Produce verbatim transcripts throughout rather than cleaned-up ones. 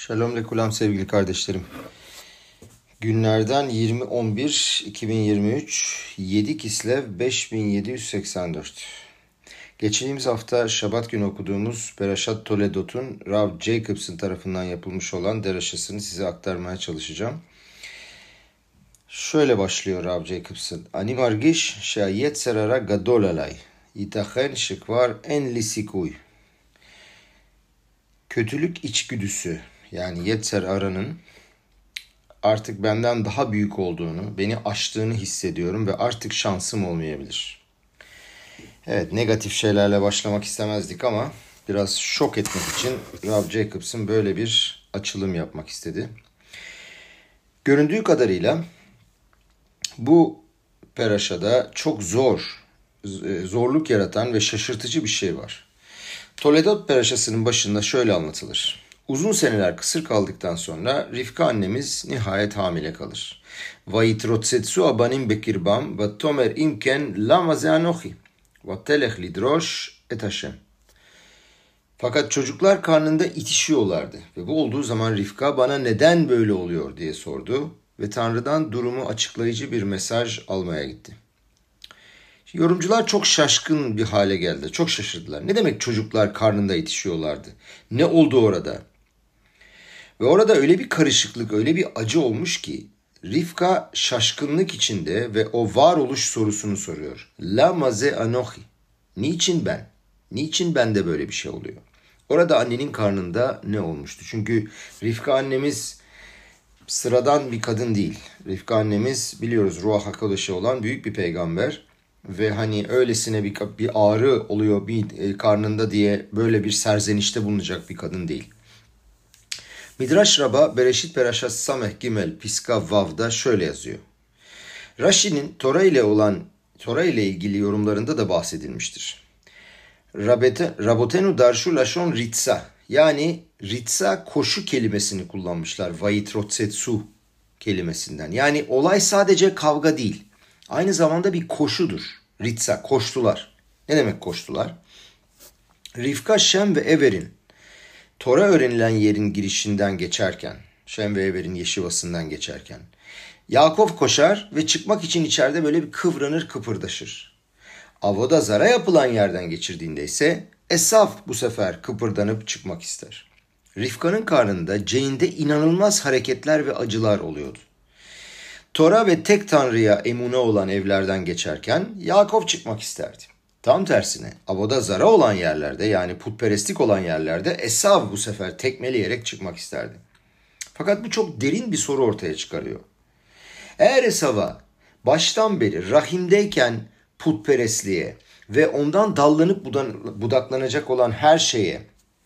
Shalom lekulam sevgili kardeşlerim. Günlerden yirmi on bir iki bin yirmi üç yedi Kislev beş bin yedi yüz seksen dört. Geçtiğimiz hafta Şabat günü okuduğumuz Perashat Toledot'un Rav Jacobson tarafından yapılmış olan deraşasını size aktarmaya çalışacağım. Şöyle başlıyor Rav Jacobson. Ani margish she'ayetzer hara gadol alay. Yitachen shekvar en li sikuy. Kötülük içgüdüsü, yani Yetzer Hara'nın artık benden daha büyük olduğunu, beni aştığını hissediyorum ve artık şansım olmayabilir. Evet, negatif şeylerle başlamak istemezdik ama biraz şok etmek için Rav Jacobson böyle bir açılım yapmak istedi. Göründüğü kadarıyla bu peraşada çok zor, zorluk yaratan ve şaşırtıcı bir şey var. Toledot peraşasının başında şöyle anlatılır. Uzun seneler kısır kaldıktan sonra Rivka annemiz nihayet hamile kalır. Vayitrotsetsu abanim bekirbam ve tomer imken lama zeanohi ve telech lidrosh et Hashem. Fakat çocuklar karnında itişiyorlardı ve bu olduğu zaman Rivka bana neden böyle oluyor diye sordu ve Tanrı'dan durumu açıklayıcı bir mesaj almaya gitti. Yorumcular çok şaşkın bir hale geldi. Çok şaşırdılar. Ne demek çocuklar karnında yetişiyorlardı? Ne oldu orada? Ve orada öyle bir karışıklık, öyle bir acı olmuş ki Rivka şaşkınlık içinde ve o varoluş sorusunu soruyor. La maze anohi. Niçin ben? Niçin bende böyle bir şey oluyor? Orada annenin karnında ne olmuştu? Çünkü Rivka annemiz sıradan bir kadın değil. Rivka annemiz biliyoruz Ruach HaKodesh'e olan büyük bir peygamber. Ve hani öylesine bir, bir ağrı oluyor bir karnında diye böyle bir serzenişte bulunacak bir kadın değil. Midrash Rabbah Bereshit Perashat Sameh Gimel Piska Vav'da şöyle yazıyor. Rashi'nin Tora ile olan Tora ile ilgili yorumlarında da bahsedilmiştir. Rabotenu darshu lashon ritsa, yani ritsa koşu kelimesini kullanmışlar. Vayitrotsetsu kelimesinden. Yani olay sadece kavga değil. Aynı zamanda bir koşudur. Ritsa, koştular. Ne demek koştular? Rivka, Şem ve Ever'in Tora öğrenilen yerin girişinden geçerken, Şem ve Ever'in yeşivasından geçerken, Yaakov koşar ve çıkmak için içeride böyle bir kıvranır kıpırdaşır. Avoda zara yapılan yerden geçirdiğinde ise Esav bu sefer kıpırdanıp çıkmak ister. Rivka'nın karnında Ceyn'de inanılmaz hareketler ve acılar oluyordu. Tora ve tek Tanrı'ya emune olan evlerden geçerken Yaakov çıkmak isterdi. Tam tersine Avoda zara olan yerlerde, yani putperestlik olan yerlerde Esav bu sefer tekmeleyerek çıkmak isterdi. Fakat bu çok derin bir soru ortaya çıkarıyor. Eğer Esav'a baştan beri rahimdeyken putperestliğe ve ondan dallanıp budaklanacak olan her şeye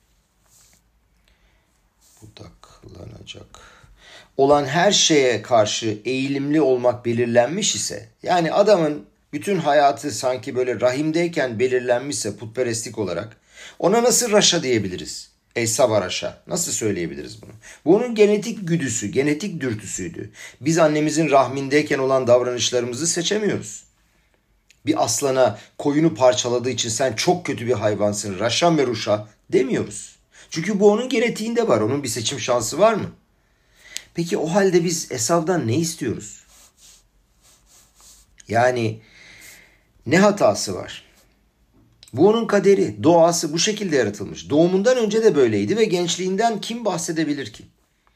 budaklanacak olan her şeye karşı eğilimli olmak belirlenmiş ise, yani adamın bütün hayatı sanki böyle rahimdeyken belirlenmişse putperestlik olarak, ona nasıl Raşa diyebiliriz? Esav Raşa. Nasıl söyleyebiliriz bunu? Bu onun genetik güdüsü, genetik dürtüsüydü. Biz annemizin rahmindeyken olan davranışlarımızı seçemiyoruz. Bir aslana koyunu parçaladığı için sen çok kötü bir hayvansın, Raşa meruşa demiyoruz. Çünkü bu onun genetiğinde var. Onun bir seçim şansı var mı? Peki o halde biz Esav'dan ne istiyoruz? Yani ne hatası var? Bu onun kaderi, doğası bu şekilde yaratılmış. Doğumundan önce de böyleydi ve gençliğinden kim bahsedebilir ki?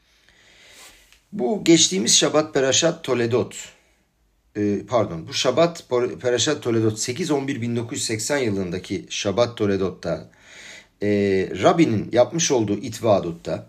Bu geçtiğimiz Şabat Perashat Toledot, pardon bu Şabat Perashat Toledot sekiz on bir bin dokuz yüz seksen yılındaki Şabat Toledot'ta e, Rabbi'nin yapmış olduğu itvadutta,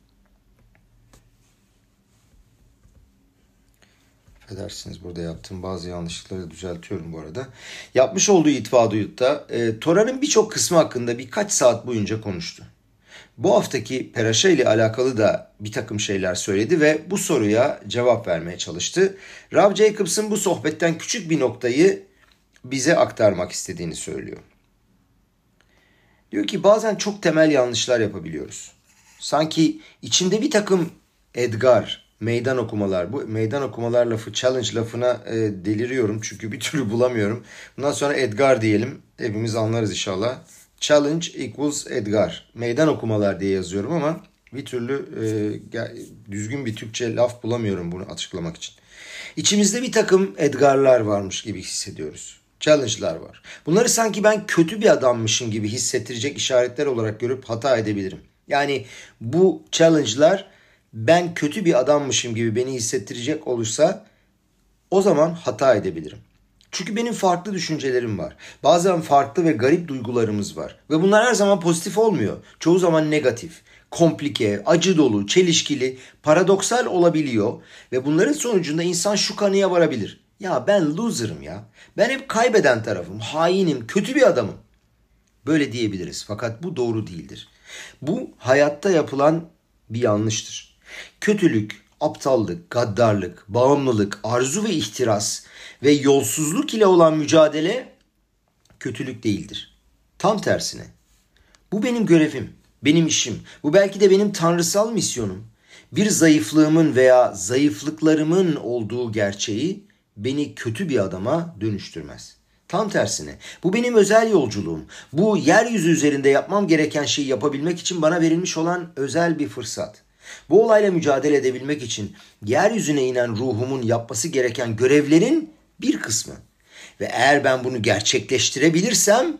edersiniz burada yaptığım bazı yanlışlıkları düzeltiyorum bu arada. Yapmış olduğu itvadutta e, Tora'nın birçok kısmı hakkında birkaç saat boyunca konuştu. Bu haftaki Peraşa ile alakalı da bir takım şeyler söyledi ve bu soruya cevap vermeye çalıştı. Rav Jacobson bu sohbetten küçük bir noktayı bize aktarmak istediğini söylüyor. Diyor ki bazen çok temel yanlışlar yapabiliyoruz. Sanki içinde bir takım edgar, meydan okumalar. Bu meydan okumalar lafı, challenge lafına e, deliriyorum çünkü bir türlü bulamıyorum. Bundan sonra Edgar diyelim. Hepimiz anlarız inşallah. Challenge equals Edgar. Meydan okumalar diye yazıyorum ama Bir türlü e, düzgün bir Türkçe laf bulamıyorum bunu açıklamak için. İçimizde bir takım Edgar'lar varmış gibi hissediyoruz. Challenge'lar var. Bunları sanki ben kötü bir adammışım gibi hissettirecek işaretler olarak görüp hata edebilirim. Yani bu challenge'lar ben kötü bir adammışım gibi beni hissettirecek olursa o zaman hata edebilirim. Çünkü benim farklı düşüncelerim var. Bazen farklı ve garip duygularımız var. Ve bunlar her zaman pozitif olmuyor. Çoğu zaman negatif, komplike, acı dolu, çelişkili, paradoksal olabiliyor. Ve bunların sonucunda insan şu kanıya varabilir. Ya ben loser'ım ya. Ben hep kaybeden tarafım, hainim, kötü bir adamım. Böyle diyebiliriz. Fakat bu doğru değildir. Bu hayatta yapılan bir yanlıştır. Kötülük, aptallık, gaddarlık, bağımlılık, arzu ve ihtiras ve yolsuzluk ile olan mücadele kötülük değildir. Tam tersine. Bu benim görevim, benim işim. Bu belki de benim tanrısal misyonum. Bir zayıflığımın veya zayıflıklarımın olduğu gerçeği beni kötü bir adama dönüştürmez. Tam tersine. Bu benim özel yolculuğum. Bu yeryüzü üzerinde yapmam gereken şeyi yapabilmek için bana verilmiş olan özel bir fırsat. Bu olayla mücadele edebilmek için yeryüzüne inen ruhumun yapması gereken görevlerin bir kısmı. Ve eğer ben bunu gerçekleştirebilirsem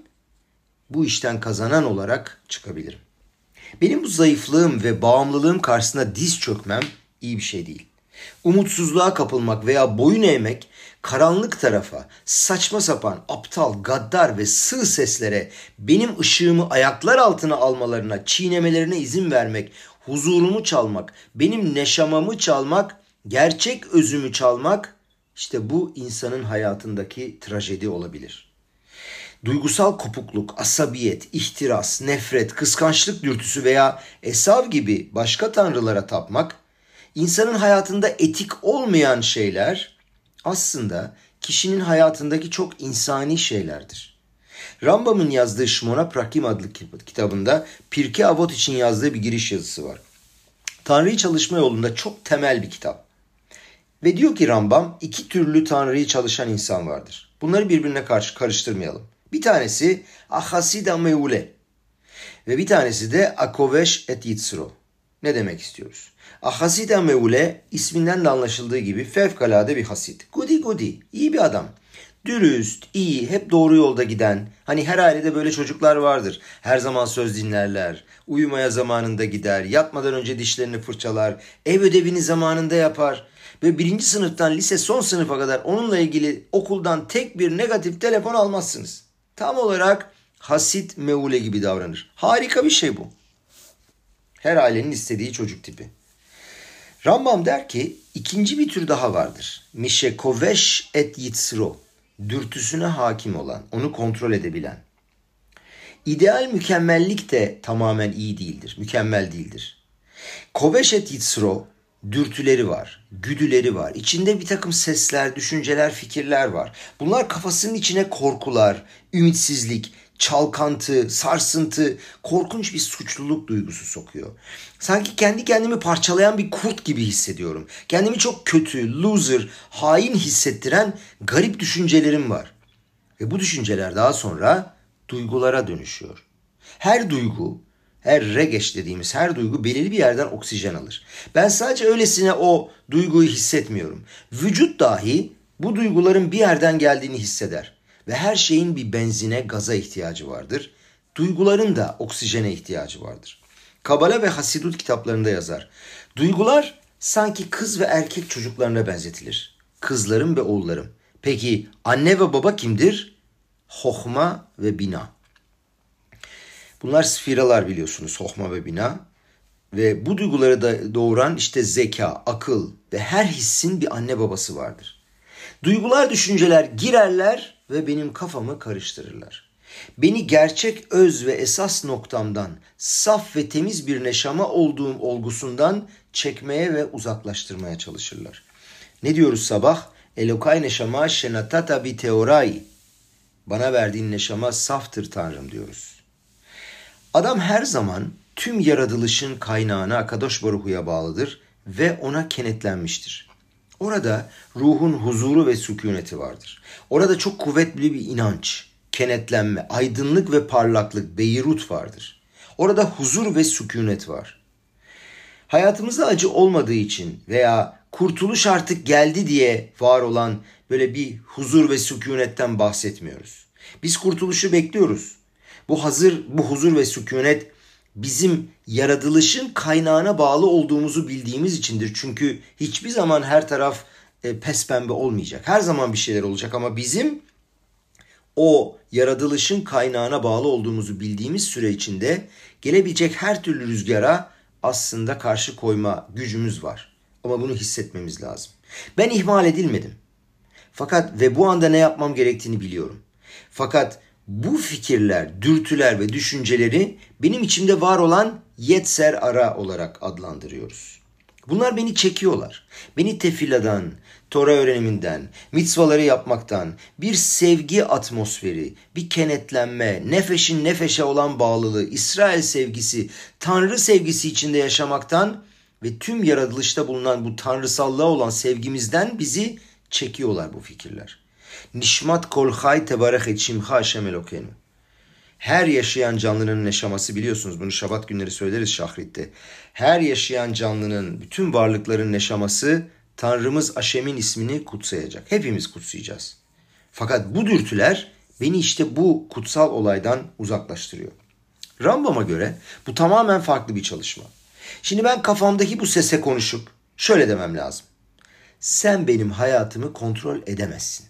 bu işten kazanan olarak çıkabilirim. Benim bu zayıflığım ve bağımlılığım karşısında diz çökmem iyi bir şey değil. Umutsuzluğa kapılmak veya boyun eğmek, karanlık tarafa, saçma sapan, aptal, gaddar ve sığ seslere benim ışığımı ayaklar altına almalarına, çiğnemelerine izin vermek, huzurumu çalmak, benim neşamamı çalmak, gerçek özümü çalmak, işte bu insanın hayatındaki trajedi olabilir. Duygusal kopukluk, asabiyet, ihtiras, nefret, kıskançlık dürtüsü veya Esav gibi başka tanrılara tapmak, insanın hayatında etik olmayan şeyler aslında kişinin hayatındaki çok insani şeylerdir. Rambam'ın yazdığı Shmona Prakim adlı kitabında Pirkei Avot için yazdığı bir giriş yazısı var. Tanrı'yı çalışma yolunda çok temel bir kitap. Ve diyor ki Rambam, iki türlü Tanrı'yı çalışan insan vardır. Bunları birbirine karşı karıştırmayalım. Bir tanesi Ahasida Meule ve bir tanesi de Akovesh et Yitzro. Ne demek istiyoruz? Ahasida Meule isminden de anlaşıldığı gibi fevkalade bir hasit. Gudi gudi, iyi bir adam. Dürüst, iyi, hep doğru yolda giden. Hani her ailede böyle çocuklar vardır. Her zaman söz dinlerler. Uyumaya zamanında gider. Yatmadan önce dişlerini fırçalar. Ev ödevini zamanında yapar. Ve birinci sınıftan lise son sınıfa kadar onunla ilgili okuldan tek bir negatif telefon almazsınız. Tam olarak hasit meule gibi davranır. Harika bir şey bu. Her ailenin istediği çocuk tipi. Rambam der ki ikinci bir tür daha vardır. Mişekoveş et yitzro. Dürtüsüne hakim olan, onu kontrol edebilen. İdeal mükemmellik de tamamen iyi değildir, mükemmel değildir. Koveş et yitzro, dürtüleri var, güdüleri var. İçinde bir takım sesler, düşünceler, fikirler var. Bunlar kafasının içine korkular, ümitsizlik, çalkantı, sarsıntı, korkunç bir suçluluk duygusu sokuyor. Sanki kendi kendimi parçalayan bir kurt gibi hissediyorum. Kendimi çok kötü, loser, hain hissettiren garip düşüncelerim var. Ve bu düşünceler daha sonra duygulara dönüşüyor. Her duygu, her regeş dediğimiz her duygu belirli bir yerden oksijen alır. Ben sadece öylesine o duyguyu hissetmiyorum. Vücut dahi bu duyguların bir yerden geldiğini hisseder. Ve her şeyin bir benzine, gaza ihtiyacı vardır. Duyguların da oksijene ihtiyacı vardır. Kabala ve Hasidut kitaplarında yazar. Duygular sanki kız ve erkek çocuklarına benzetilir. Kızlarım ve oğullarım. Peki anne ve baba kimdir? Hohma ve bina. Bunlar sfiralar biliyorsunuz, hohma ve bina. Ve bu duyguları da doğuran işte zeka, akıl ve her hissin bir anne babası vardır. Duygular, düşünceler girerler ve benim kafamı karıştırırlar. Beni gerçek öz ve esas noktamdan, saf ve temiz bir neşama olduğum olgusundan çekmeye ve uzaklaştırmaya çalışırlar. Ne diyoruz sabah? Elokay neşama şenatata bi teorai. Bana verdiğin neşama saftır Tanrım diyoruz. Adam her zaman tüm yaratılışın kaynağına Akadosh Baruhu'ya bağlıdır ve ona kenetlenmiştir. Orada ruhun huzuru ve sükuneti vardır. Orada çok kuvvetli bir inanç, kenetlenme, aydınlık ve parlaklık, beyrut vardır. Orada huzur ve sükunet var. Hayatımızda acı olmadığı için veya kurtuluş artık geldi diye var olan böyle bir huzur ve sükunetten bahsetmiyoruz. Biz kurtuluşu bekliyoruz. Bu hazır, bu huzur ve sükunet bizim yaratılışın kaynağına bağlı olduğumuzu bildiğimiz içindir. Çünkü hiçbir zaman her taraf e, pespembe olmayacak. Her zaman bir şeyler olacak ama bizim o yaratılışın kaynağına bağlı olduğumuzu bildiğimiz süre içinde gelebilecek her türlü rüzgara aslında karşı koyma gücümüz var. Ama bunu hissetmemiz lazım. Ben ihmal edilmedim. Fakat ve bu anda ne yapmam gerektiğini biliyorum. Fakat bu fikirler, dürtüler ve düşünceleri benim içimde var olan yetser ara olarak adlandırıyoruz. Bunlar beni çekiyorlar. Beni tefiladan, Tora öğreniminden, mitzvaları yapmaktan, bir sevgi atmosferi, bir kenetlenme, nefesin nefese olan bağlılığı, İsrail sevgisi, Tanrı sevgisi içinde yaşamaktan ve tüm yaratılışta bulunan bu tanrısallığa olan sevgimizden bizi çekiyorlar bu fikirler. Nişmat kol hay tebarek et şimha Hashem Elokenu. Her yaşayan canlının neşaması, biliyorsunuz bunu Şabat günleri söyleriz Şahrit'te. Her yaşayan canlının, bütün varlıkların neşaması Tanrımız Aşem'in ismini kutsayacak. Hepimiz kutsayacağız. Fakat bu dürtüler beni işte bu kutsal olaydan uzaklaştırıyor. Rambam'a göre bu tamamen farklı bir çalışma. Şimdi ben kafamdaki bu sese konuşup şöyle demem lazım. Sen benim hayatımı kontrol edemezsin.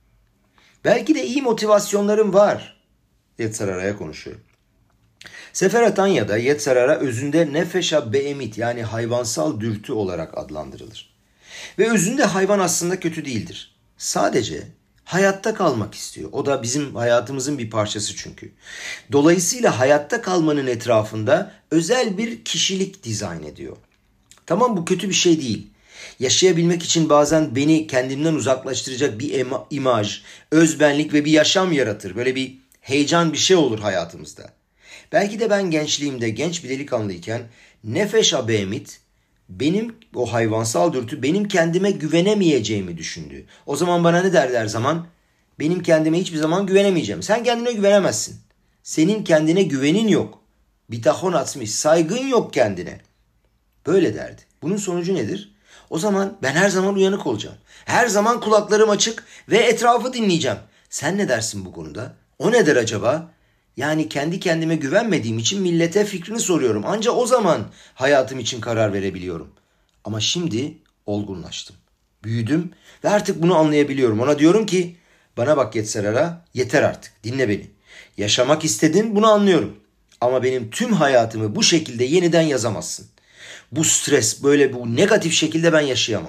Belki de iyi motivasyonlarım var. Yetzer araya konuşuyorum. Sefer Atanya'da Yetzer ara özünde nefeşa beemit yani hayvansal dürtü olarak adlandırılır. Ve özünde hayvan aslında kötü değildir. Sadece hayatta kalmak istiyor. O da bizim hayatımızın bir parçası çünkü. Dolayısıyla hayatta kalmanın etrafında özel bir kişilik dizayn ediyor. Tamam, bu kötü bir şey değil. Yaşayabilmek için bazen beni kendimden uzaklaştıracak bir ema, imaj, özbenlik ve bir yaşam yaratır. Böyle bir heyecan, bir şey olur hayatımızda. Belki de ben gençliğimde, genç bir delikanlıyken nefeş abemit, benim o hayvansal dürtü benim kendime güvenemeyeceğimi düşündü. O zaman bana ne derdi her zaman? Benim kendime hiçbir zaman güvenemeyeceğim. Sen kendine güvenemezsin. Senin kendine güvenin yok. Bitahon atmış, saygın yok kendine. Böyle derdi. Bunun sonucu nedir? O zaman ben her zaman uyanık olacağım. Her zaman kulaklarım açık ve etrafı dinleyeceğim. Sen ne dersin bu konuda? O ne der acaba? Yani kendi kendime güvenmediğim için millete fikrini soruyorum. Ancak o zaman hayatım için karar verebiliyorum. Ama şimdi olgunlaştım. Büyüdüm ve artık bunu anlayabiliyorum. Ona diyorum ki bana bak Yetzer ara, yeter artık, dinle beni. Yaşamak istedin, bunu anlıyorum. Ama benim tüm hayatımı bu şekilde yeniden yazamazsın. Bu stres, böyle bu negatif şekilde ben yaşayamam.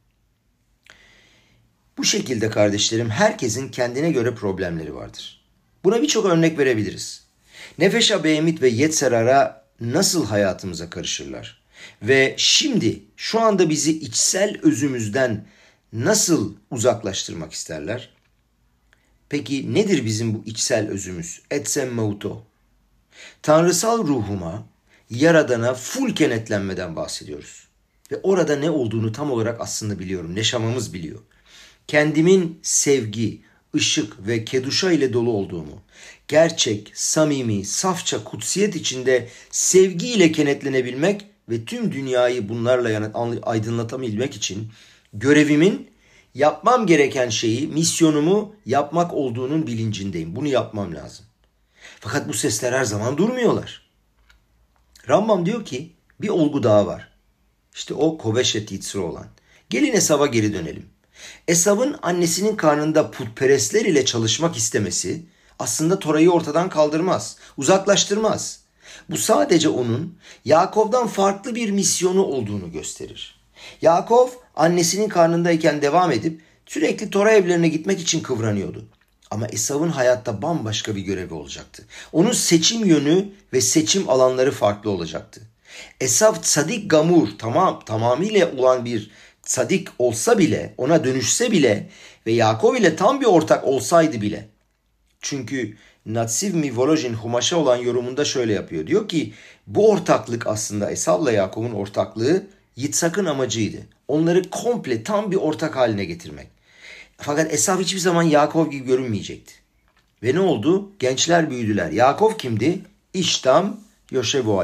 Bu şekilde kardeşlerim, herkesin kendine göre problemleri vardır. Buna birçok örnek verebiliriz. Nefeşa beemit ve Yetzer ara nasıl hayatımıza karışırlar? Ve şimdi şu anda bizi içsel özümüzden nasıl uzaklaştırmak isterler? Peki nedir bizim bu içsel özümüz? Etsem mauto. Tanrısal ruhuma, Yaradan'a full kenetlenmeden bahsediyoruz. Ve orada ne olduğunu tam olarak aslında biliyorum. Neşamamız biliyor. Kendimin sevgi, ışık ve keduşa ile dolu olduğumu, gerçek, samimi, safça kutsiyet içinde sevgiyle kenetlenebilmek ve tüm dünyayı bunlarla aydınlatabilmek için görevimin, yapmam gereken şeyi, misyonumu yapmak olduğunun bilincindeyim. Bunu yapmam lazım. Fakat bu sesler her zaman durmuyorlar. Rambam diyor ki bir olgu daha var. İşte o Kobeşet Yitzro olan. Gelin Esav'a geri dönelim. Esav'ın annesinin karnında putperestler ile çalışmak istemesi aslında Tora'yı ortadan kaldırmaz, uzaklaştırmaz. Bu sadece onun Yakov'dan farklı bir misyonu olduğunu gösterir. Yakov annesinin karnındayken devam edip sürekli Tora evlerine gitmek için kıvranıyordu. Ama Esav'ın hayatta bambaşka bir görevi olacaktı. Onun seçim yönü ve seçim alanları farklı olacaktı. Esav tsadik gamur, tamam tamamıyla olan bir tsadik olsa bile, ona dönüşse bile ve Yakov ile tam bir ortak olsaydı bile. Çünkü Natsiv mi Volojin Humaş'a olan yorumunda şöyle yapıyor. Diyor ki bu ortaklık aslında Esav'la Yakov'un ortaklığı Yitzhak'ın amacıydı. Onları komple tam bir ortak haline getirmek. Fakat Esav hiçbir zaman Yakov gibi görünmeyecekti. Ve ne oldu? Gençler büyüdüler. Yakov kimdi? İştam Yoshevu Alim.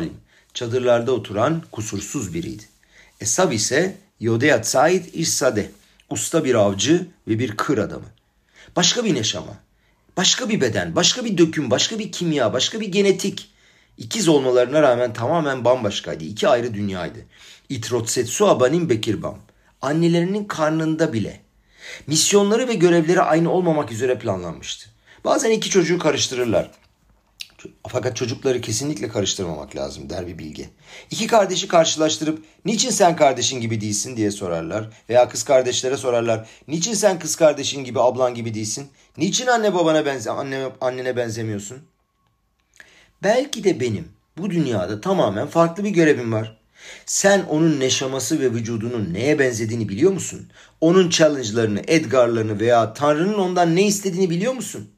çadırlarda oturan kusursuz biriydi. Esav ise Yodea Tsaid İrsade, usta bir avcı ve bir kır adamı. Başka bir neşama, başka bir beden, başka bir döküm, başka bir kimya, başka bir genetik. İkiz olmalarına rağmen tamamen bambaşkaydı. İki ayrı dünyaydı. İtrotsetsu abanim bekirbam. Annelerinin karnında bile. Misyonları ve görevleri aynı olmamak üzere planlanmıştı. Bazen iki çocuğu karıştırırlar. Fakat çocukları kesinlikle karıştırmamak lazım der bir bilge. İki kardeşi karşılaştırıp niçin sen kardeşin gibi değilsin diye sorarlar. Veya kız kardeşlere sorarlar. Niçin sen kız kardeşin gibi, ablan gibi değilsin? Niçin anne babana benze anne, annene benzemiyorsun? Belki de benim bu dünyada tamamen farklı bir görevim var. Sen onun neşaması ve vücudunun neye benzediğini biliyor musun? Onun challenge'larını, edgarlarını veya Tanrı'nın ondan ne istediğini biliyor musun?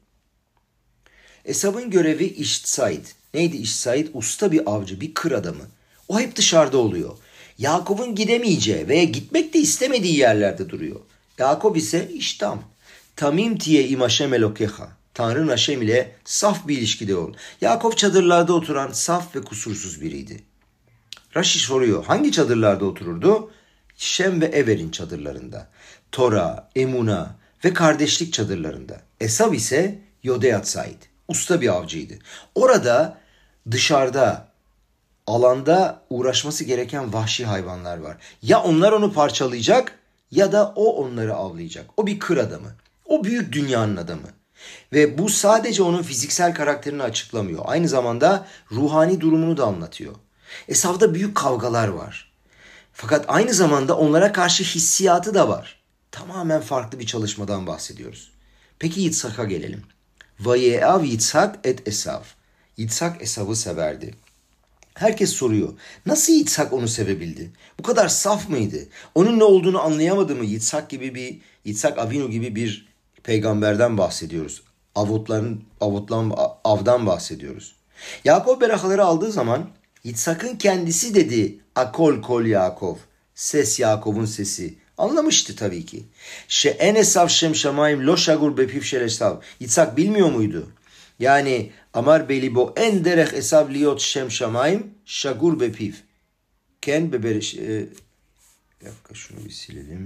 Esav'ın görevi iştsaid. Neydi iştsaid? Usta bir avcı, bir kır adamı. O hep dışarıda oluyor. Yakup'un gidemeyeceği veya gitmek de istemediği yerlerde duruyor. Yakup ise iştam. Tamim tiye imaşem elokeha. Tanrı Haşem ile saf bir ilişkide ol. Yakup çadırlarda oturan saf ve kusursuz biriydi. Rashi soruyor. Hangi çadırlarda otururdu? Şem ve Ever'in çadırlarında. Tora, Emuna ve kardeşlik çadırlarında. Esav ise Yodea Tsaid. Usta bir avcıydı. Orada dışarıda, alanda uğraşması gereken vahşi hayvanlar var. Ya onlar onu parçalayacak ya da o onları avlayacak. O bir kır adamı. O büyük dünyanın adamı. Ve bu sadece onun fiziksel karakterini açıklamıyor. Aynı zamanda ruhani durumunu da anlatıyor. Esav'da büyük kavgalar var. Fakat aynı zamanda onlara karşı hissiyatı da var. Tamamen farklı bir çalışmadan bahsediyoruz. Peki Yitzhak'a gelelim. Vayeav Yitzhak et Esav. Yitzhak Esav'ı severdi. Herkes soruyor. Nasıl Yitzhak onu sevebildi? Bu kadar saf mıydı? Onun ne olduğunu anlayamadı mı? Yitzhak gibi bir, Yitzhak Avinu gibi bir peygamberden bahsediyoruz. Avutların, avutlan, avdan bahsediyoruz. Yaakov berahaları aldığı zaman Yitzhak'ın kendisi dedi. Akol kol Yaakov. Ses Yaakov'un sesi. Anlamıştı tabii ki. Şe'en Esav şem şamayim lo şagur bepiv şel Esav. Yitzhak bilmiyor muydu? Yani Amar belibo en derech Esav liot şem şamayim şagur bepiv. Ken beberiş... E, bir dakika şunu bir silelim.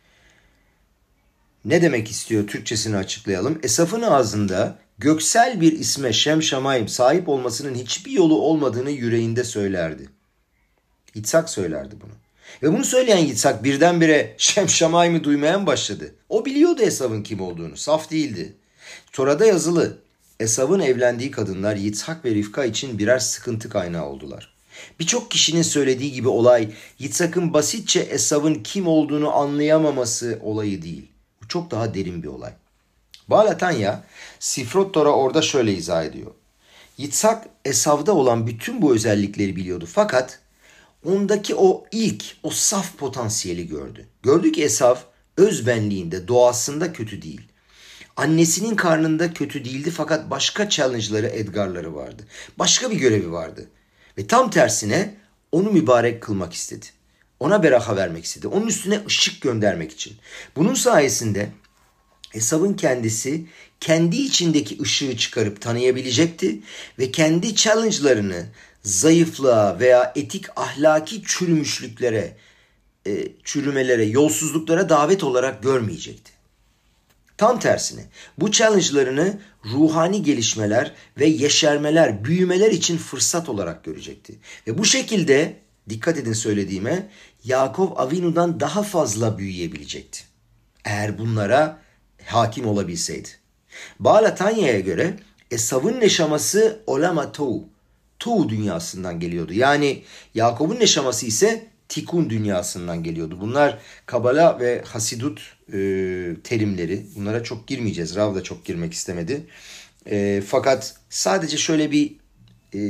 Ne demek istiyor? Türkçesini açıklayalım. Esav'ın ağzında göksel bir isme Şem Şamayim sahip olmasının hiçbir yolu olmadığını yüreğinde söylerdi. Yitzhak söylerdi bunu. Ve bunu söyleyen Yitzhak birdenbire Şem Şamayim'i duymaya mı başladı? O biliyordu Esav'ın kim olduğunu. Saf değildi. Tora'da yazılı. Esav'ın evlendiği kadınlar Yitzhak ve Rivka için birer sıkıntı kaynağı oldular. Birçok kişinin söylediği gibi olay Yitzhak'ın basitçe Esav'ın kim olduğunu anlayamaması olayı değil. Bu çok daha derin bir olay. Baal Tanya, Sifrot Tora orada şöyle izah ediyor. Yitzhak Esav'da olan bütün bu özellikleri biliyordu. Fakat ondaki o ilk, o saf potansiyeli gördü. Gördü ki Esav özbenliğinde, doğasında kötü değil. Annesinin karnında kötü değildi fakat başka challenge'ları, edgarları vardı. Başka bir görevi vardı. Ve tam tersine onu mübarek kılmak istedi. Ona beraha vermek istedi. Onun üstüne ışık göndermek için. Bunun sayesinde Esav'ın kendisi kendi içindeki ışığı çıkarıp tanıyabilecekti ve kendi challenge'larını zayıflığa veya etik ahlaki çürümüşlüklere, e, çürümelere, yolsuzluklara davet olarak görmeyecekti. Tam tersine bu challenge'larını ruhani gelişmeler ve yeşermeler, büyümeler için fırsat olarak görecekti. Ve bu şekilde, dikkat edin söylediğime, Yaakov Avinu'dan daha fazla büyüyebilecekti. Eğer bunlara hakim olabilseydi. Baal Tanya'ya göre Esav'ın neşaması olama tou, tou dünyasından geliyordu. Yani Yakov'un neşaması ise tikun dünyasından geliyordu. Bunlar Kabala ve Hasidut e, terimleri. Bunlara çok girmeyeceğiz. Rav da çok girmek istemedi. E, fakat sadece şöyle bir e,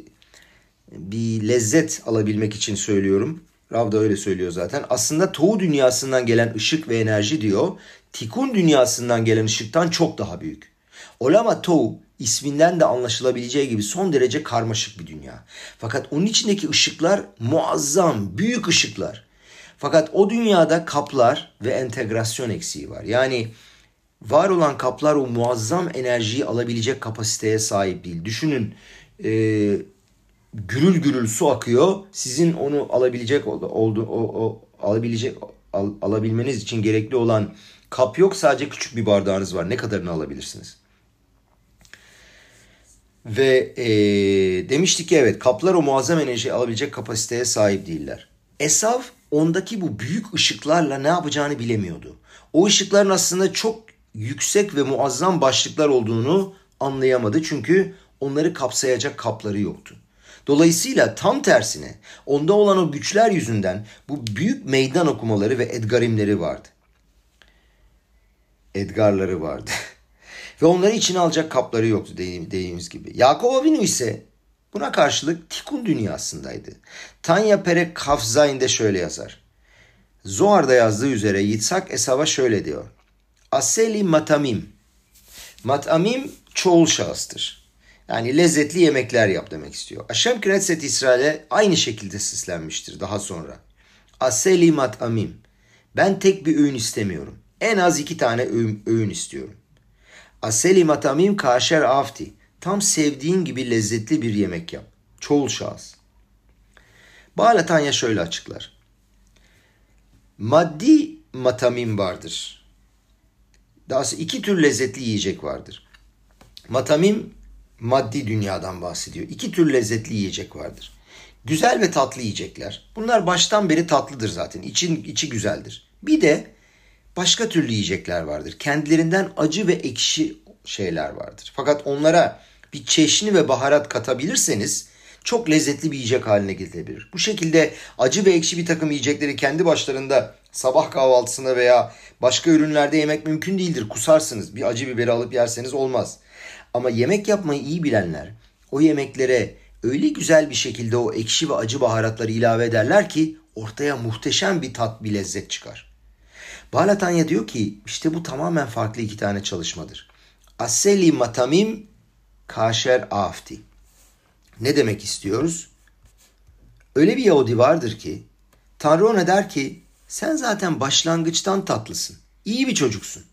bir lezzet alabilmek için söylüyorum. Rav da öyle söylüyor zaten. Aslında tou dünyasından gelen ışık ve enerji diyor, tikun dünyasından gelen ışıktan çok daha büyük. Olama tou isminden de anlaşılabileceği gibi son derece karmaşık bir dünya. Fakat onun içindeki ışıklar muazzam, büyük ışıklar. Fakat o dünyada kaplar ve entegrasyon eksiği var. Yani var olan kaplar o muazzam enerjiyi alabilecek kapasiteye sahip değil. Düşünün, e, gürül gürül su akıyor. Sizin onu alabilecek oldu o, o alabilecek al, alabilmeniz için gerekli olan kap yok. Sadece küçük bir bardağınız var. Ne kadarını alabilirsiniz? Ve ee, demiştik ki evet, kaplar o muazzam enerjiyi alabilecek kapasiteye sahip değiller. Esav ondaki bu büyük ışıklarla ne yapacağını bilemiyordu. O ışıkların aslında çok yüksek ve muazzam başlıklar olduğunu anlayamadı. Çünkü onları kapsayacak kapları yoktu. Dolayısıyla tam tersine onda olan o güçler yüzünden bu büyük meydan okumaları ve edgarimleri vardı. Edgarları vardı. Ve onları içine alacak kapları yoktu dediğimiz gibi. Yakov Avinu ise buna karşılık Tikun dünyasındaydı. Tanya Perek Kafzayn'de şöyle yazar. Zohar'da yazdığı üzere Yitzhak Esav'a şöyle diyor. Aseli matamim. Matamim çoğul şahıstır. Yani lezzetli yemekler yap demek istiyor. Aşem Kretset İsrail'e aynı şekilde seslenmiştir daha sonra. Aseli matamim. Ben tek bir öğün istemiyorum. En az iki tane öğün, öğün istiyorum. Aseli matamim kaşer afti. Tam sevdiğin gibi lezzetli bir yemek yap. Çoğul şahıs. Baal Tanya şöyle açıklar. Maddi matamim vardır. Daha iki tür lezzetli yiyecek vardır. Matamim maddi dünyadan bahsediyor. İki tür lezzetli yiyecek vardır. Güzel ve tatlı yiyecekler. Bunlar baştan beri tatlıdır zaten. İçin, içi güzeldir. Bir de başka türlü yiyecekler vardır. Kendilerinden acı ve ekşi şeyler vardır. Fakat onlara bir çeşni ve baharat katabilirseniz çok lezzetli bir yiyecek haline gelebilir. Bu şekilde acı ve ekşi bir takım yiyecekleri kendi başlarında sabah kahvaltısında veya başka ürünlerde yemek mümkün değildir. Kusarsınız. Bir acı biberi alıp yerseniz olmaz. Ama yemek yapmayı iyi bilenler o yemeklere öyle güzel bir şekilde o ekşi ve acı baharatları ilave ederler ki ortaya muhteşem bir tat, bir lezzet çıkar. Baal Tanya diyor ki işte bu tamamen farklı iki tane çalışmadır. Aseli matamim kaşer afti. Ne demek istiyoruz? Öyle bir Yahudi vardır ki Tanrı ona der ki sen zaten başlangıçtan tatlısın. İyi bir çocuksun.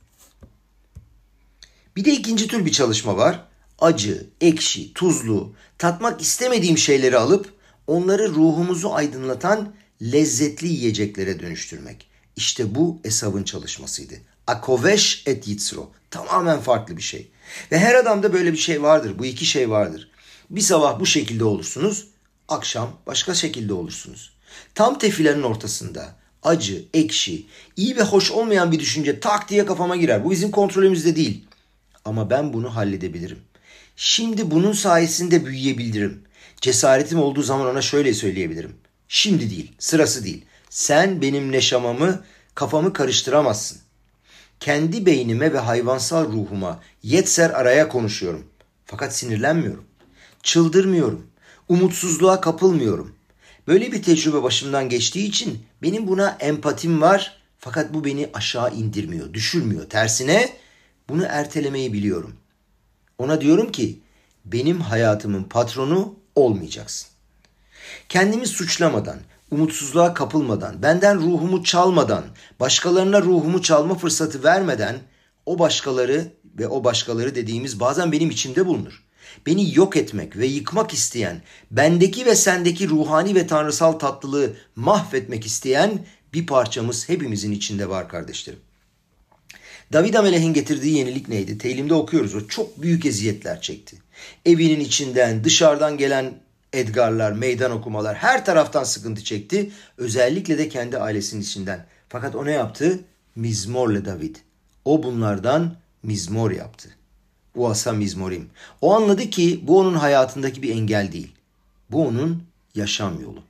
Bir de ikinci tür bir çalışma var. Acı, ekşi, tuzlu, tatmak istemediğim şeyleri alıp onları ruhumuzu aydınlatan lezzetli yiyeceklere dönüştürmek. İşte bu Esav'ın çalışmasıydı. Akoveş et yitzro. Tamamen farklı bir şey. Ve her adamda böyle bir şey vardır. Bu iki şey vardır. Bir sabah bu şekilde olursunuz, akşam başka şekilde olursunuz. Tam tefilerin ortasında acı, ekşi, iyi ve hoş olmayan bir düşünce tak diye kafama girer. Bu bizim kontrolümüzde değil. Ama ben bunu halledebilirim. Şimdi bunun sayesinde büyüyebilirim. Cesaretim olduğu zaman ona şöyle söyleyebilirim. Şimdi değil, sırası değil. Sen benim neşamamı, kafamı karıştıramazsın. Kendi beynime ve hayvansal ruhuma yetser araya konuşuyorum. Fakat sinirlenmiyorum. Çıldırmıyorum. Umutsuzluğa kapılmıyorum. Böyle bir tecrübe başımdan geçtiği için benim buna empatim var. Fakat bu beni aşağı indirmiyor, düşürmüyor. Tersine bunu ertelemeyi biliyorum. Ona diyorum ki benim hayatımın patronu olmayacaksın. Kendimi suçlamadan, umutsuzluğa kapılmadan, benden ruhumu çalmadan, başkalarına ruhumu çalma fırsatı vermeden o başkaları ve o başkaları dediğimiz bazen benim içimde bulunur. Beni yok etmek ve yıkmak isteyen, bendeki ve sendeki ruhani ve tanrısal tatlılığı mahvetmek isteyen bir parçamız hepimizin içinde var kardeşlerim. David Amelech'in getirdiği yenilik neydi? Teylim'de okuyoruz. O çok büyük eziyetler çekti. Evinin içinden, dışarıdan gelen edgarlar, meydan okumalar, her taraftan sıkıntı çekti. Özellikle de kendi ailesinin içinden. Fakat o ne yaptı? Mizmorle David. O bunlardan mizmor yaptı. Uasa mizmorim. O anladı ki bu onun hayatındaki bir engel değil. Bu onun yaşam yolu.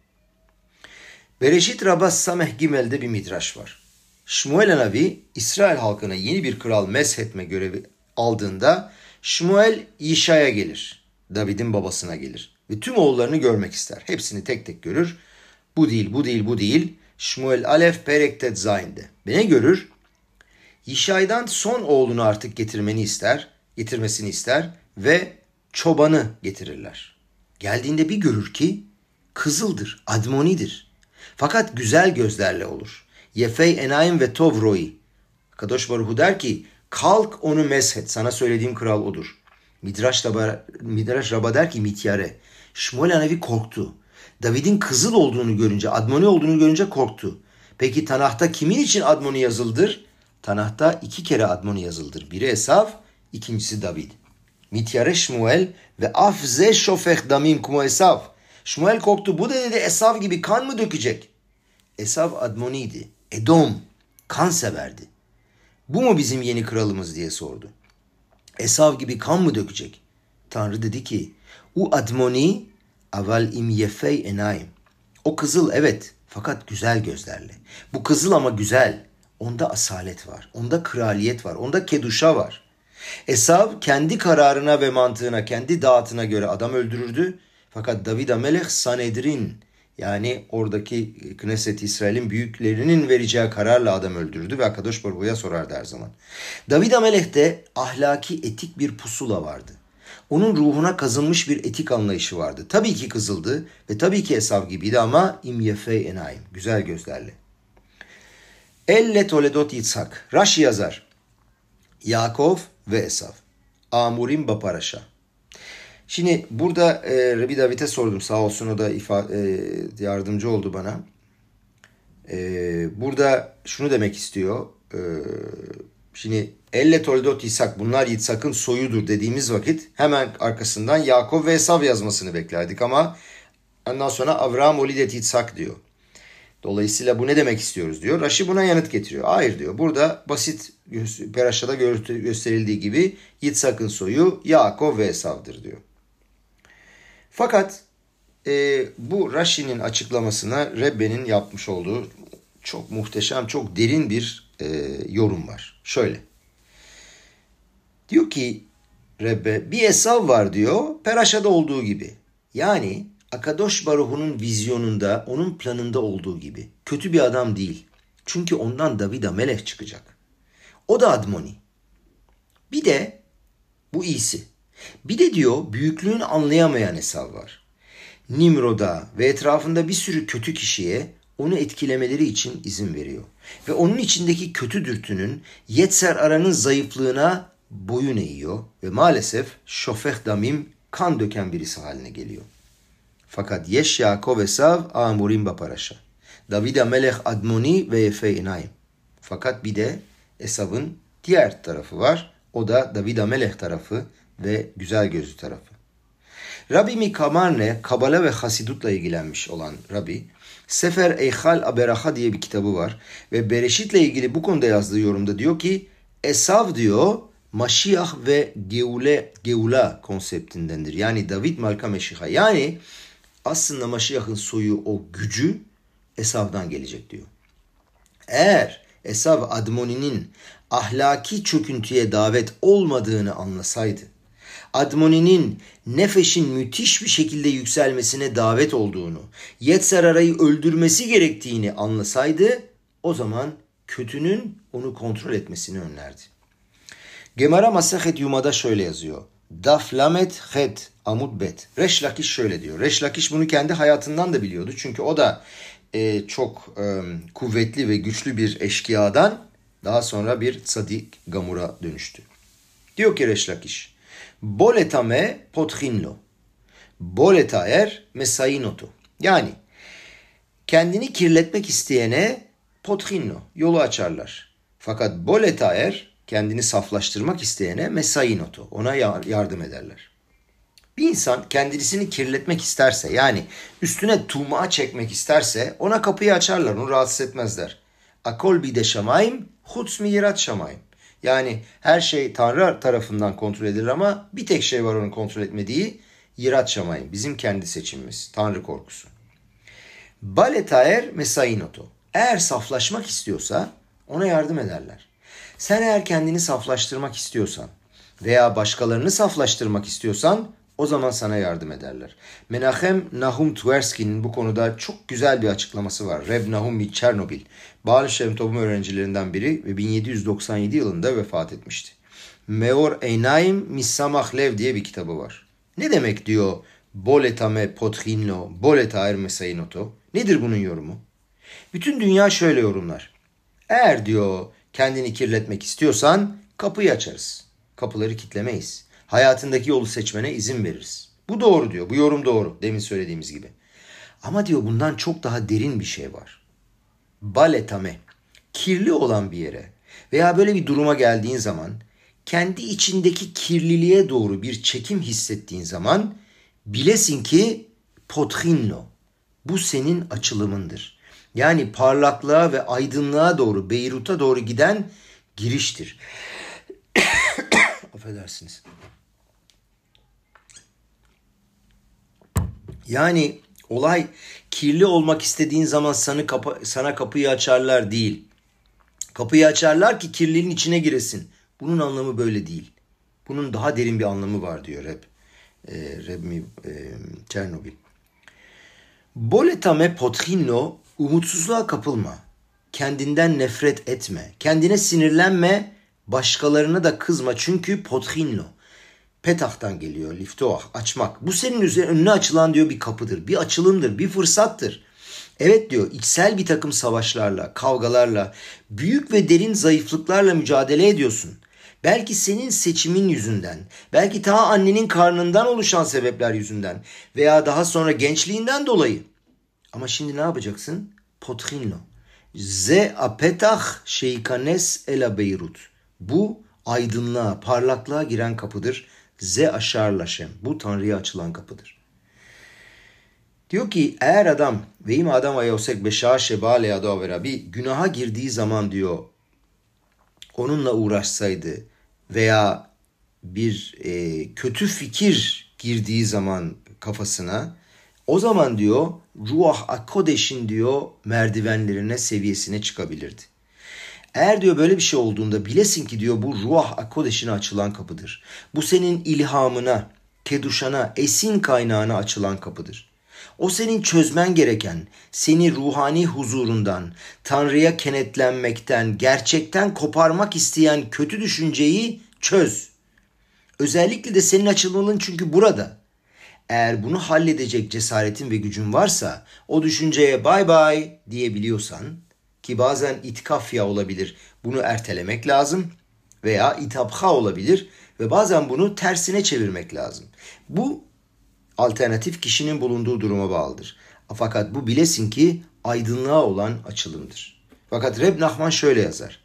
Bereşit Rabba Sameh Gimel'de bir midraş var. Şmuel Navi İsrail halkına yeni bir kral meshetme görevi aldığında Şmuel İşa'ya gelir. David'in babasına gelir. Ve tüm oğullarını görmek ister. Hepsini tek tek görür. Bu değil, bu değil, bu değil. Şmuel Alef Perektet Zayn'de. Ve ne görür? İşa'dan son oğlunu artık getirmeni ister. Getirmesini ister. Ve çobanı getirirler. Geldiğinde bir görür ki kızıldır, admonidir. Fakat güzel gözlerle olur. Yefey enayim ve tovroi. Kadosh Baruhu der ki kalk onu meshet. Sana söylediğim kral odur. Midrash Rabba, Midrash Rabba der ki mityare. Şmuel Hanefi korktu. David'in kızıl olduğunu görünce, Admoni olduğunu görünce korktu. Peki Tanah'ta kimin için Admoni yazıldır? Tanah'ta iki kere Admoni yazıldır. Biri Esav, ikincisi David. Mityare Şmuel ve afze şofeh damim kumo Esav. Şmuel korktu. Bu da dedi Esav gibi kan mı dökecek? Esav Admoni'ydi. Edom. Kan severdi. Bu mu bizim yeni kralımız diye sordu. Esav gibi kan mı dökecek? Tanrı dedi ki U Admoni aval im yefey enayim. O kızıl evet fakat güzel gözlerle. Bu kızıl ama güzel. Onda asalet var. Onda kraliyet var. Onda keduşa var. Esav kendi kararına ve mantığına, kendi dağıtına göre adam öldürürdü. Fakat David Amelech Sanedrin yani oradaki Knesset İsrail'in büyüklerinin vereceği kararla adam öldürürdü ve Akadosh Baruhu'ya sorardı her zaman. David Amelech'te ahlaki etik bir pusula vardı. Onun ruhuna kazınmış bir etik anlayışı vardı. Tabii ki kızıldı ve tabii ki Esav gibiydi ama im yefey enayim, güzel gözlerle. Elle Toledot Yitzhak, Rashi yazar. Yaakov ve Esav. Amurim Baparaşa. Şimdi burada e, Rabbi David'e sordum. Sağ olsun o da ifa, e, yardımcı oldu bana. E, burada şunu demek istiyor. E, şimdi Elle Toledot Yitzhak bunlar Yitzhak'ın soyudur dediğimiz vakit hemen arkasından Yaakov ve Esav yazmasını beklerdik ama ondan sonra Avraham Olidet Yitzhak diyor. Dolayısıyla bu ne demek istiyoruz diyor. Rashi buna yanıt getiriyor. Hayır diyor. Burada basit Peraşa'da gösterildiği gibi Yitzhak'ın soyu Yaakov ve Esav'dır diyor. Fakat e, bu Rashi'nin açıklamasına Rebbe'nin yapmış olduğu çok muhteşem, çok derin bir e, yorum var. Şöyle. Diyor ki Rebbe bir Esav var diyor Peraşa'da olduğu gibi. Yani Akadosh Baruhu'nun vizyonunda, onun planında olduğu gibi. Kötü bir adam değil. Çünkü ondan David Amelech çıkacak. O da Admoni. Bir de bu iyisi. Bir de diyor büyüklüğünü anlayamayan Esav var. Nimrod'a ve etrafında bir sürü kötü kişiye onu etkilemeleri için izin veriyor. Ve onun içindeki kötü dürtünün Yetser Ara'nın zayıflığına boyun eğiyor. Ve maalesef şofeh damim kan döken birisi haline geliyor. Fakat Yeş Yaakov Esav Amurim Baparaşa. David Amelech Admoni ve Yefey enayim. Fakat bir de Esav'ın diğer tarafı var. O da David Amelech tarafı ve güzel gözlü tarafı. Rabbi Mikamarne, Kabala ve Hasidut'la ilgilenmiş olan Rabbi, Sefer Eyhal Aberaha diye bir kitabı var. Ve Bereşit'le ilgili bu konuda yazdığı yorumda diyor ki, Esav diyor, Maşiyah ve Geule, Geula konseptindendir. Yani David Malka Meşiha. Yani aslında Maşiyah'ın soyu o gücü Esav'dan gelecek diyor. Eğer Esav Admoni'nin ahlaki çöküntüye davet olmadığını anlasaydı, Admoni'nin nefesin müthiş bir şekilde yükselmesine davet olduğunu, Yetser Ara'yı öldürmesi gerektiğini anlasaydı, o zaman kötünün onu kontrol etmesini önlerdi. Gemara Masahet Yuma'da şöyle yazıyor. Daf Lamet Het Amud Bet. Reş Lakiş şöyle diyor. Reş Lakiş bunu kendi hayatından da biliyordu. Çünkü o da e, çok e, kuvvetli ve güçlü bir eşkıyadan daha sonra bir tzadik gamura dönüştü. Diyor ki Reş Lakiş. Boletame potrinlo. Boletaer mesainoto. Yani kendini kirletmek isteyene potrinlo. Yolu açarlar. Fakat boletaer kendini saflaştırmak isteyene mesainoto. Ona yardım ederler. Bir insan kendisini kirletmek isterse yani üstüne tuğma çekmek isterse ona kapıyı açarlar. Onu rahatsız etmezler. Akol bide şamayim huts mi yirat şamayim. Yani her şey Tanrı tarafından kontrol edilir ama bir tek şey var onu kontrol etmediği yirat şamayim. Bizim kendi seçimimiz. Tanrı korkusu. Baletaer mesainoto. Eğer saflaşmak istiyorsa ona yardım ederler. Sen eğer kendini saflaştırmak istiyorsan veya başkalarını saflaştırmak istiyorsan o zaman sana yardım ederler. Menachem Nahum Tversky'nin bu konuda çok güzel bir açıklaması var. Reb Nahum Çernobil. Baal Shem Tov'un öğrencilerinden biri ve bin yedi yüz doksan yedi yılında vefat etmişti. Meor Einayim Missamach Lev diye bir kitabı var. Ne demek diyor Boletame Potrinlo, Boletaer Mesainoto? Nedir bunun yorumu? Bütün dünya şöyle yorumlar. Eğer diyor kendini kirletmek istiyorsan kapıyı açarız. Kapıları kitlemeyiz. Hayatındaki yolu seçmene izin veririz. Bu doğru diyor. Bu yorum doğru. Demin söylediğimiz gibi. Ama diyor bundan çok daha derin bir şey var. Baletame. Kirli olan bir yere veya böyle bir duruma geldiğin zaman kendi içindeki kirliliğe doğru bir çekim hissettiğin zaman bilesin ki potrinlo. Bu senin açılımındır. Yani parlaklığa ve aydınlığa doğru, Beyrut'a doğru giden giriştir. Affedersiniz. Yani olay kirli olmak istediğin zaman sana, kapı, sana kapıyı açarlar değil. Kapıyı açarlar ki kirliliğin içine giresin. Bunun anlamı böyle değil. Bunun daha derin bir anlamı var diyor Reb. E, Reb e, Çernobil. Boletame potrinlo, umutsuzluğa kapılma. Kendinden nefret etme. Kendine sinirlenme. Başkalarına da kızma. Çünkü potrinlo. Petah'tan geliyor. Liftoah. Açmak. Bu senin üzerine önüne açılan diyor bir kapıdır. Bir açılımdır. Bir fırsattır. Evet diyor, içsel bir takım savaşlarla, kavgalarla, büyük ve derin zayıflıklarla mücadele ediyorsun. Belki senin seçimin yüzünden, belki ta annenin karnından oluşan sebepler yüzünden veya daha sonra gençliğinden dolayı. Ama şimdi ne yapacaksın? Potrinlo. Ze apetah şeykanes ela Beyrut. Bu aydınlığa, parlaklığa giren kapıdır. Ze aşar laşem. Bu Tanrı'ya açılan kapıdır. Diyor ki eğer adam ve im adam ayosek beşa şebale ya bir günaha girdiği zaman diyor onunla uğraşsaydı veya bir e, kötü fikir girdiği zaman kafasına o zaman diyor Ruah Akodeş'in diyor merdivenlerine seviyesine çıkabilirdi. Eğer diyor böyle bir şey olduğunda bilesin ki diyor bu Ruah Akodeş'ine açılan kapıdır. Bu senin ilhamına, keduşana, esin kaynağına açılan kapıdır. O senin çözmen gereken, seni ruhani huzurundan, Tanrı'ya kenetlenmekten, gerçekten koparmak isteyen kötü düşünceyi çöz. Özellikle de senin açılmanın çünkü burada. Eğer bunu halledecek cesaretin ve gücün varsa, o düşünceye bay bay diyebiliyorsan, ki bazen itkafya olabilir, bunu ertelemek lazım veya itapha olabilir ve bazen bunu tersine çevirmek lazım. Bu alternatif kişinin bulunduğu duruma bağlıdır. Fakat bu bilesin ki aydınlığa olan açılımdır. Fakat Reb Nachman şöyle yazar.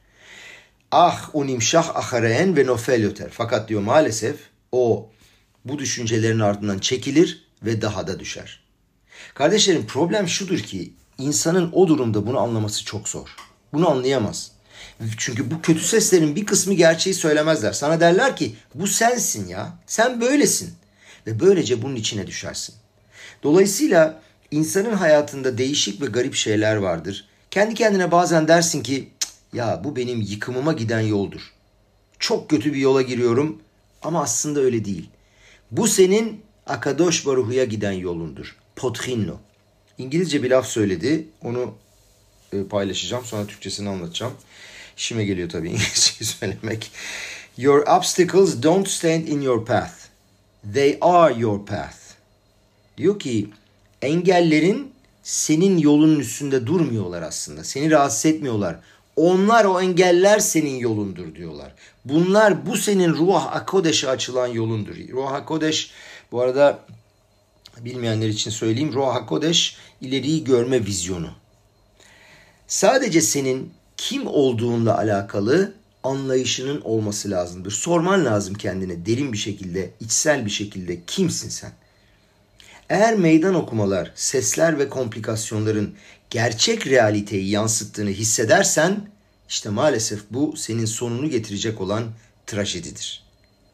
Ah unimşah ahareen ve nofel yoter. Fakat diyor maalesef o bu düşüncelerin ardından çekilir ve daha da düşer. Kardeşlerim problem şudur ki insanın o durumda bunu anlaması çok zor. Bunu anlayamaz. Çünkü bu kötü seslerin bir kısmı gerçeği söylemezler. Sana derler ki bu sensin ya. Sen böylesin. Ve böylece bunun içine düşersin. Dolayısıyla insanın hayatında değişik ve garip şeyler vardır. Kendi kendine bazen dersin ki ya bu benim yıkımıma giden yoldur. Çok kötü bir yola giriyorum ama aslında öyle değil. Bu senin Akadosh Baruhu'ya giden yolundur. Potrinno. İngilizce bir laf söyledi. Onu paylaşacağım. Sonra Türkçesini anlatacağım. İşime geliyor tabii İngilizceyi söylemek. Your obstacles don't stand in your path. They are your path. Diyor ki engellerin senin yolunun üstünde durmuyorlar aslında. Seni rahatsız etmiyorlar. Onlar o engeller senin yolundur diyorlar. Bunlar bu senin Ruah HaKodeş'e açılan yolundur. Ruah HaKodeş bu arada bilmeyenler için söyleyeyim. Ruah HaKodeş ileriyi görme vizyonu. Sadece senin kim olduğunla alakalı anlayışının olması lazımdır. Sorman lazım kendine derin bir şekilde, içsel bir şekilde kimsin sen? Eğer meydan okumalar, sesler ve komplikasyonların gerçek realiteyi yansıttığını hissedersen, işte maalesef bu senin sonunu getirecek olan trajedidir.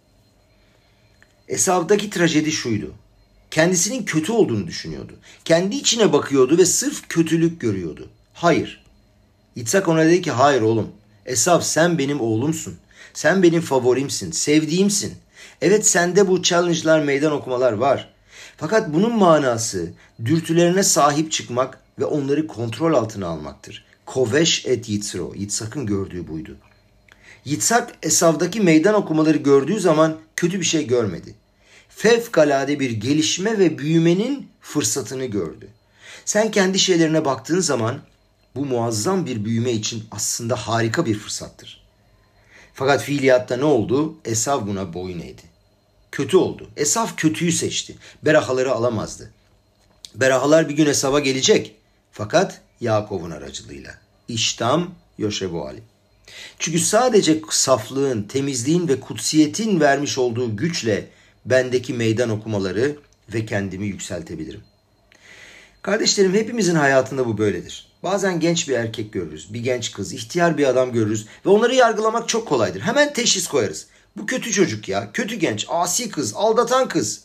Esav'daki trajedi şuydu. Kendisinin kötü olduğunu düşünüyordu. Kendi içine bakıyordu ve sırf kötülük görüyordu. Hayır. İtsak ona dedi ki hayır oğlum. Esav sen benim oğlumsun. Sen benim favorimsin, sevdiğimsin. Evet sende bu challenge'lar, meydan okumalar var. Fakat bunun manası dürtülerine sahip çıkmak ve onları kontrol altına almaktır. Koveş et Yitzro. Yitzhak'ın gördüğü buydu. Yitzhak Esav'daki meydan okumaları gördüğü zaman kötü bir şey görmedi. Fevkalade bir gelişme ve büyümenin fırsatını gördü. Sen kendi şeylerine baktığın zaman bu muazzam bir büyüme için aslında harika bir fırsattır. Fakat fiiliyatta ne oldu? Esav buna boyun eğdi. kötü oldu. Esaf kötüyü seçti. Berahaları alamazdı. Berahalar bir gün Esav'a gelecek. Fakat Yakov'un aracılığıyla. İştam Yoşevoali. Çünkü sadece saflığın, temizliğin ve kutsiyetin vermiş olduğu güçle bendeki meydan okumaları ve kendimi yükseltebilirim. Kardeşlerim, hepimizin hayatında bu böyledir. Bazen genç bir erkek görürüz, bir genç kız, ihtiyar bir adam görürüz ve onları yargılamak çok kolaydır. Hemen teşhis koyarız. Bu kötü çocuk ya, kötü genç, asi kız, aldatan kız.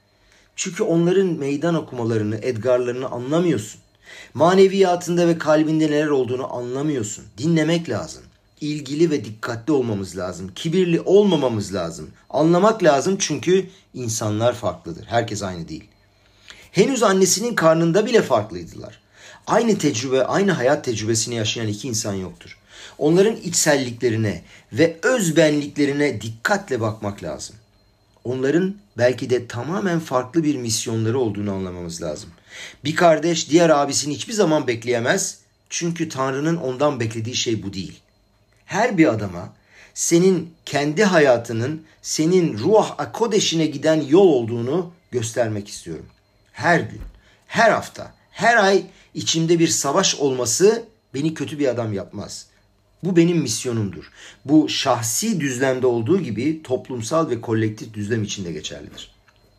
Çünkü onların meydan okumalarını, edgarlarını anlamıyorsun. Maneviyatında ve kalbinde neler olduğunu anlamıyorsun. Dinlemek lazım. İlgili ve dikkatli olmamız lazım. Kibirli olmamamız lazım. Anlamak lazım çünkü insanlar farklıdır. Herkes aynı değil. Henüz annesinin karnında bile farklıydılar. Aynı tecrübe, aynı hayat tecrübesini yaşayan iki insan yoktur. Onların içselliklerine ve özbenliklerine dikkatle bakmak lazım. Onların belki de tamamen farklı bir misyonları olduğunu anlamamız lazım. Bir kardeş diğer abisini hiçbir zaman bekleyemez. Çünkü Tanrı'nın ondan beklediği şey bu değil. Her bir adama senin kendi hayatının, senin ruh akodeşine giden yol olduğunu göstermek istiyorum. Her gün, her hafta, her ay içimde bir savaş olması beni kötü bir adam yapmaz. Bu benim misyonumdur. Bu şahsi düzlemde olduğu gibi toplumsal ve kolektif düzlem içinde geçerlidir.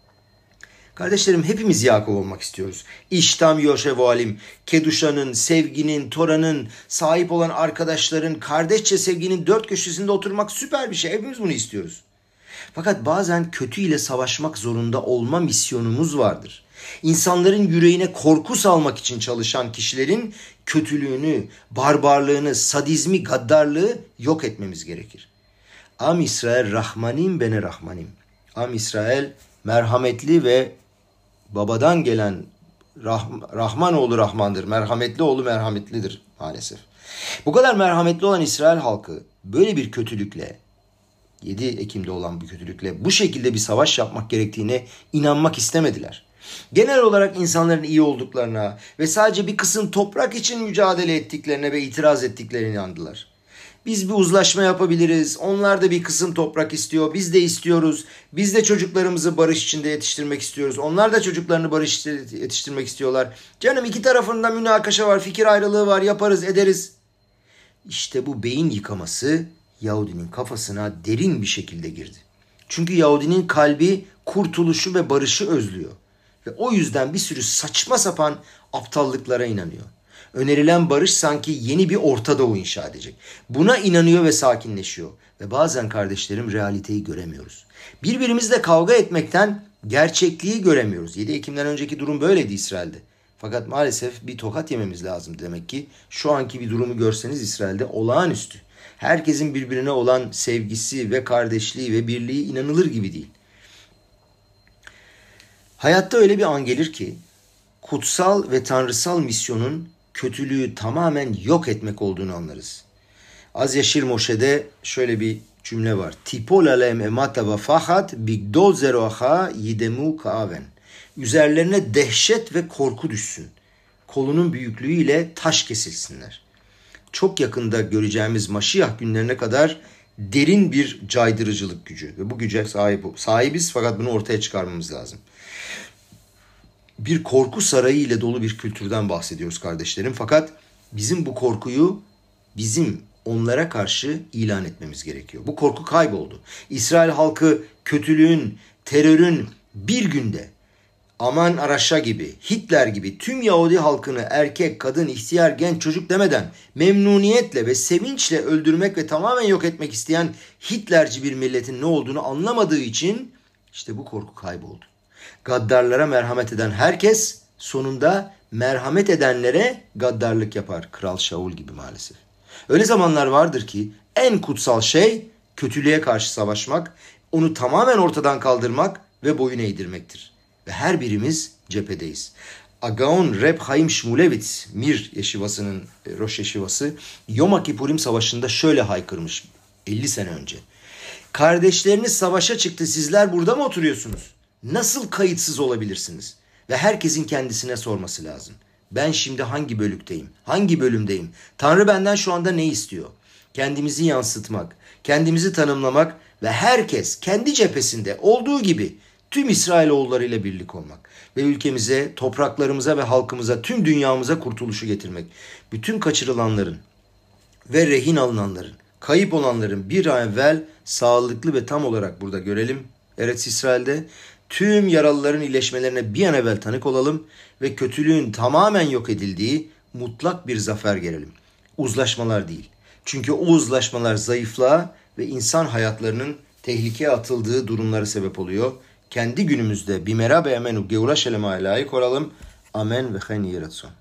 Kardeşlerim, hepimiz Yakov olmak istiyoruz. İştam Yoşevoalim, Keduşa'nın, sevginin, Tora'nın, sahip olan arkadaşların, kardeşçe sevginin dört köşesinde oturmak süper bir şey. Hepimiz bunu istiyoruz. Fakat bazen kötü ile savaşmak zorunda olma misyonumuz vardır. İnsanların yüreğine korku salmak için çalışan kişilerin kötülüğünü, barbarlığını, sadizmi, gaddarlığı yok etmemiz gerekir. Am İsrail Rahmanim bene Rahmanim. Am İsrail merhametli ve babadan gelen Rah- Rahman oğlu Rahmandır. Merhametli oğlu merhametlidir maalesef. Bu kadar merhametli olan İsrail halkı böyle bir kötülükle, yedi Ekim'de olan bu kötülükle bu şekilde bir savaş yapmak gerektiğine inanmak istemediler. Genel olarak insanların iyi olduklarına ve sadece bir kısım toprak için mücadele ettiklerine ve itiraz ettiklerine inandılar. Biz bir uzlaşma yapabiliriz. Onlar da bir kısım toprak istiyor. Biz de istiyoruz. Biz de çocuklarımızı barış içinde yetiştirmek istiyoruz. Onlar da çocuklarını barış içinde yetiştirmek istiyorlar. Canım, iki tarafında münakaşa var, fikir ayrılığı var, yaparız, ederiz. İşte bu beyin yıkaması Yahudinin kafasına derin bir şekilde girdi. Çünkü Yahudinin kalbi kurtuluşu ve barışı özlüyor. Ve o yüzden bir sürü saçma sapan aptallıklara inanıyor. Önerilen barış sanki yeni bir Orta Doğu inşa edecek. Buna inanıyor ve sakinleşiyor. Ve bazen kardeşlerim realiteyi göremiyoruz. Birbirimizle kavga etmekten gerçekliği göremiyoruz. yedi Ekim'den önceki durum böyleydi İsrail'de. Fakat maalesef bir tokat yememiz lazım demek ki. Şu anki bir durumu görseniz İsrail'de olağanüstü. Herkesin birbirine olan sevgisi ve kardeşliği ve birliği inanılır gibi değil. Hayatta öyle bir an gelir ki kutsal ve tanrısal misyonun kötülüğü tamamen yok etmek olduğunu anlarız. Az Yaşir Moşe'de şöyle bir cümle var. Tipol alem emata ve fahat bigdol zeroaha yidemu kaaven. Üzerlerine dehşet ve korku düşsün. Kolunun büyüklüğüyle taş kesilsinler. Çok yakında göreceğimiz Maşiyah günlerine kadar derin bir caydırıcılık gücü ve bu güce sahip, sahibiz fakat bunu ortaya çıkarmamız lazım. Bir korku sarayı ile dolu bir kültürden bahsediyoruz kardeşlerim. Fakat bizim bu korkuyu bizim onlara karşı ilan etmemiz gerekiyor. Bu korku kayboldu. İsrail halkı kötülüğün, terörün bir günde Aman Araşa gibi, Hitler gibi tüm Yahudi halkını erkek, kadın, ihtiyar, genç, çocuk demeden memnuniyetle ve sevinçle öldürmek ve tamamen yok etmek isteyen Hitlerci bir milletin ne olduğunu anlamadığı için işte bu korku kayboldu. Gaddarlara merhamet eden herkes sonunda merhamet edenlere gaddarlık yapar. Kral Şaul gibi maalesef. Öyle zamanlar vardır ki en kutsal şey kötülüğe karşı savaşmak, onu tamamen ortadan kaldırmak ve boyun eğdirmektir. Ve her birimiz cephedeyiz. Agaon Reb Chaim Shmulevitz, Mir Yeşivası'nın Roş Yeşivası, Yom Kippurim Savaşı'nda şöyle haykırmış elli sene önce. Kardeşleriniz savaşa çıktı, sizler burada mı oturuyorsunuz? Nasıl kayıtsız olabilirsiniz? Ve herkesin kendisine sorması lazım. Ben şimdi hangi bölükteyim? Hangi bölümdeyim? Tanrı benden şu anda ne istiyor? Kendimizi yansıtmak, kendimizi tanımlamak ve herkes kendi cephesinde olduğu gibi tüm İsrailoğulları ile birlik olmak ve ülkemize, topraklarımıza ve halkımıza, tüm dünyamıza kurtuluşu getirmek. Bütün kaçırılanların ve rehin alınanların, kayıp olanların bir an evvel sağlıklı ve tam olarak burada görelim. Eretz İsrail'de tüm yaralıların iyileşmelerine bir an evvel tanık olalım ve kötülüğün tamamen yok edildiği mutlak bir zafer gelelim. Uzlaşmalar değil. Çünkü o uzlaşmalar zayıflığa ve insan hayatlarının tehlikeye atıldığı durumlara sebep oluyor. Kendi günümüzde bimera be emenu geura şelema layık olalım. Amen ve hen yiratson.